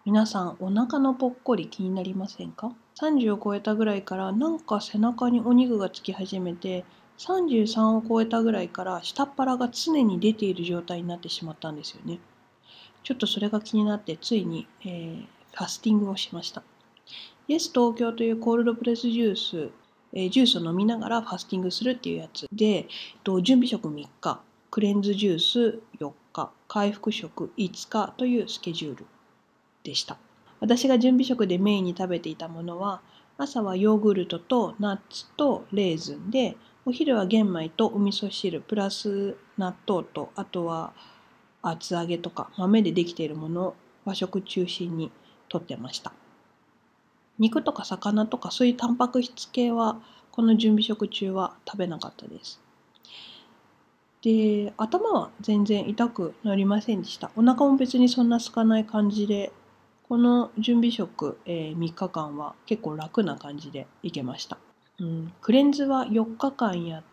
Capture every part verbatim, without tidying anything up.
皆さん、お腹のぽっこり気になりませんか？ さんじゅう を超えたぐらいからなんか背中にお肉がつき始めて、さんじゅうさんを超えたぐらいから下っ腹が常に出ている状態になってしまったんですよね。ちょっとそれが気になってついに、えーファスティングをしました。イエス東京というコールドプレスジュース、えージュースを飲みながらファスティングするっていうやつで、と準備食みっか、クレンズジュースよっか、回復食いつかというスケジュールでした。私が準備食でメインに食べていたものは、朝はヨーグルトとナッツとレーズンで、お昼は玄米とお味噌汁プラス納豆と、あとは厚揚げとか豆でできているものを和食中心にとってました。肉とか魚とかそういうタンパク質系はこの準備食中は食べなかったです。で、頭は全然痛くなりませんでした。お腹も別にそんな空かない感じで、この準備食、えー、みっかかんは結構楽な感じでいけました。うん、クレンズはよっかかんやって、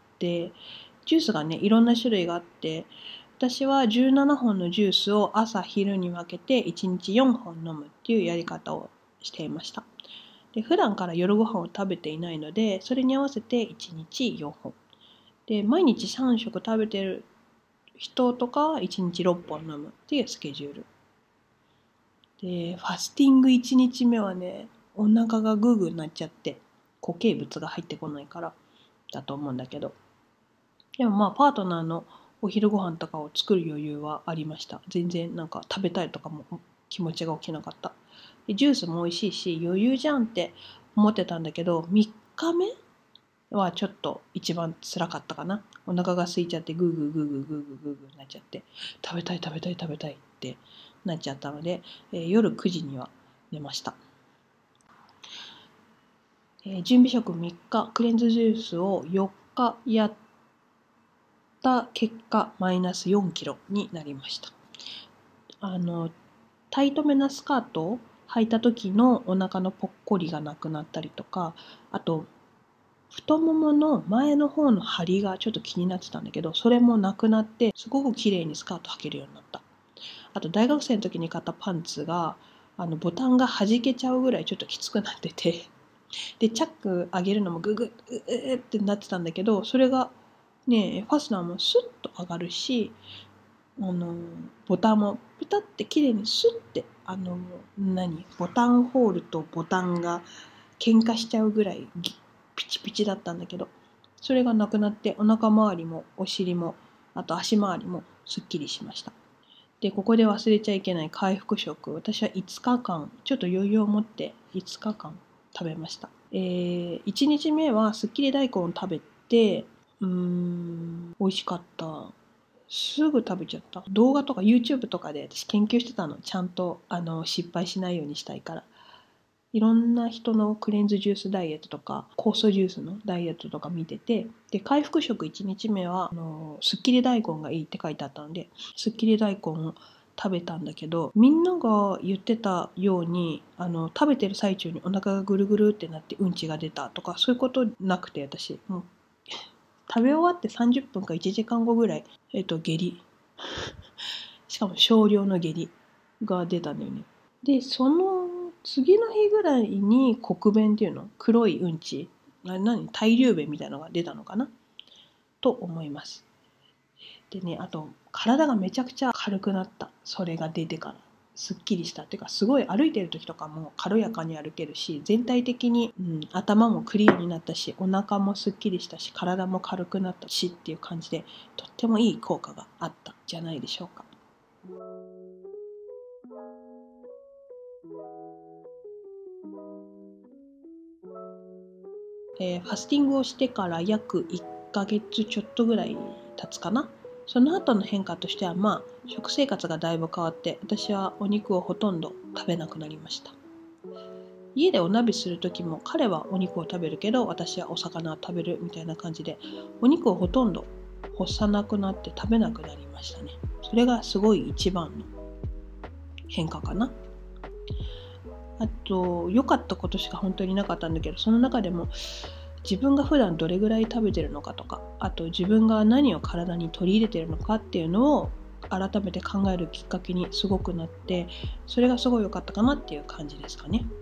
ジュースがね、いろんな種類があって、私はじゅうななほんのジュースを朝昼に分けていちにちよんほん飲むっていうやり方をしていました。で、普段から夜ご飯を食べていないので、それに合わせていちにちよんほん。で、毎日さん食食べてる人とかはいちにちろっぽん飲むっていうスケジュール。で、ファスティングいちにちめはね、お腹がグーグーなっちゃって、固形物が入ってこないからだと思うんだけど。でもまあ、パートナーのお昼ご飯とかを作る余裕はありました。全然なんか食べたいとかも気持ちが起きなかった。でジュースも美味しいし、余裕じゃんって思ってたんだけど、みっかめはちょっと一番辛かったかな。お腹が空いちゃってグーグーグーグーグーグーグーグーなっちゃって、食べたい食べたい食べたいってなっちゃったので、えー、夜くじには寝ました。えー、準備食みっか、クレンズジュースをよっかやった結果、マイナスよんキロになりました。あの、タイトめなスカートを履いた時のお腹のぽっこりがなくなったりとか、あと、太ももの前の方の張りがちょっと気になってたんだけど、それもなくなって、すごく綺麗にスカート履けるようになった。あと、大学生の時に買ったパンツが、あの、ボタンが弾けちゃうぐらいちょっときつくなってて、で、チャック上げるのもググッ、うえってなってたんだけど、それがね、ファスナーもスッと上がるし、あの、ボタンもピタって綺麗にスッて、あの、何、ボタンホールとボタンが喧嘩しちゃうぐらいピチピチだったんだけど、それがなくなってお腹周りもお尻もあと足回りもすっきりしました。で、ここで忘れちゃいけない回復食。私はいつかかんちょっと余裕を持っていつかかん食べました。えー、いちにちめはすっきり大根を食べて、うーん美味しかった。すぐ食べちゃった。動画とか YouTube とかで私研究してたの。ちゃんとあの失敗しないようにしたいから。いろんな人のクレンズジュースダイエットとか酵素ジュースのダイエットとか見てて、で回復食いちにちめはあのすっきり大根がいいって書いてあったので、すっきり大根を食べたんだけど、みんなが言ってたようにあの食べてる最中にお腹がぐるぐるってなってうんちが出たとかそういうことなくて、私もう食べ終わってさんじゅっぷんかいちじかんごぐらい、えっと下痢しかも少量の下痢が出たんだよね。でその次の日ぐらいに黒便っていうの、黒いうんち、何対流便みたいなのが出たのかなと思います。でね、あと体がめちゃくちゃ軽くなった。それが出てからすっきりしたっていうか、すごい歩いてる時とかも軽やかに歩けるし、全体的に、うん、頭もクリアになったし、お腹もすっきりしたし、体も軽くなったしっていう感じで、とってもいい効果があったんじゃないでしょうか。えー、ファスティングをしてから約いっかげつちょっとぐらい経つかな。その後の変化としては、まあ食生活がだいぶ変わって、私はお肉をほとんど食べなくなりました。家でお鍋する時も彼はお肉を食べるけど私はお魚を食べるみたいな感じで、お肉をほとんど干さなくなって食べなくなりましたね。それがすごい一番の変化かな。あと良かったことしか本当になかったんだけど、その中でも自分が普段どれぐらい食べてるのかとか、あと自分が何を体に取り入れてるのかっていうのを改めて考えるきっかけにすごくなって、それがすごい良かったかなっていう感じですかね。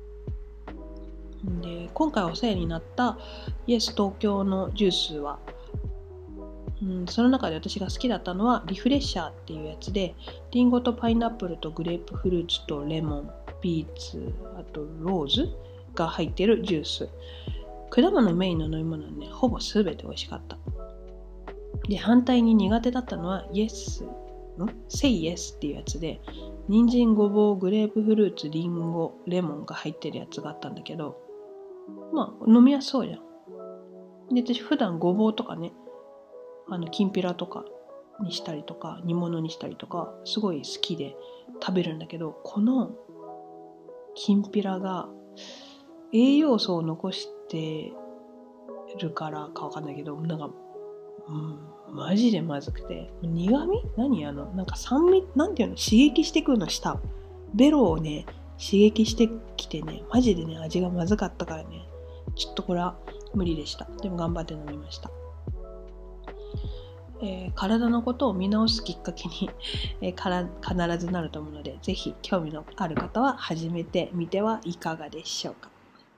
で、今回お世話になったイエス東京のジュースは、うん、その中で私が好きだったのはリフレッシャーっていうやつで、リンゴとパイナップルとグレープフルーツとレモン、ビーツ、あとローズが入っているジュース。果物メインの飲み物はね、ほぼ全て美味しかった。で、反対に苦手だったのはイエス、んセイイエスっていうやつで、人参、ごぼう、グレープフルーツ、リンゴ、レモンが入ってるやつがあったんだけど、まあ飲みやすそうじゃん。で、私普段ごぼうとかね、あのきんぴらとかにしたりとか煮物にしたりとかすごい好きで食べるんだけど、このきんぴらが栄養素を残してるからかわかんないけど、なんか、うん、マジでまずくて、苦味何あのなんか酸味なんていうの、刺激してくるの、舌ベロをね刺激してきてね、マジでね味がまずかったからね、ちょっとこれは無理でした。でも頑張って飲みました。えー、体のことを見直すきっかけに、えー、から必ずなると思うので、ぜひ興味のある方は始めてみてはいかがでしょうか。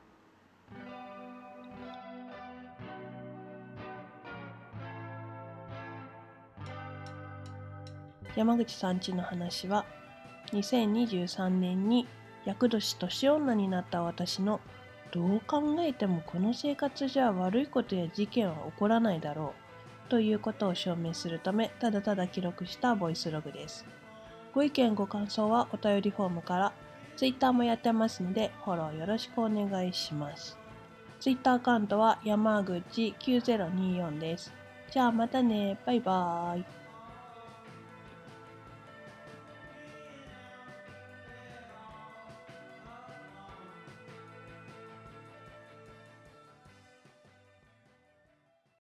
山口さんちの話は、にせんにじゅうさんねんに厄年年女になった私の、どう考えてもこの生活じゃ悪いことや事件は起こらないだろうということを証明するため、ただただ記録したボイスログです。ご意見ご感想はお便りフォームから、ツイッターもやってますのでフォローよろしくお願いします。ツイッターアカウントは山口きゅうぜろにーよんです。じゃあまたね、バイバーイ。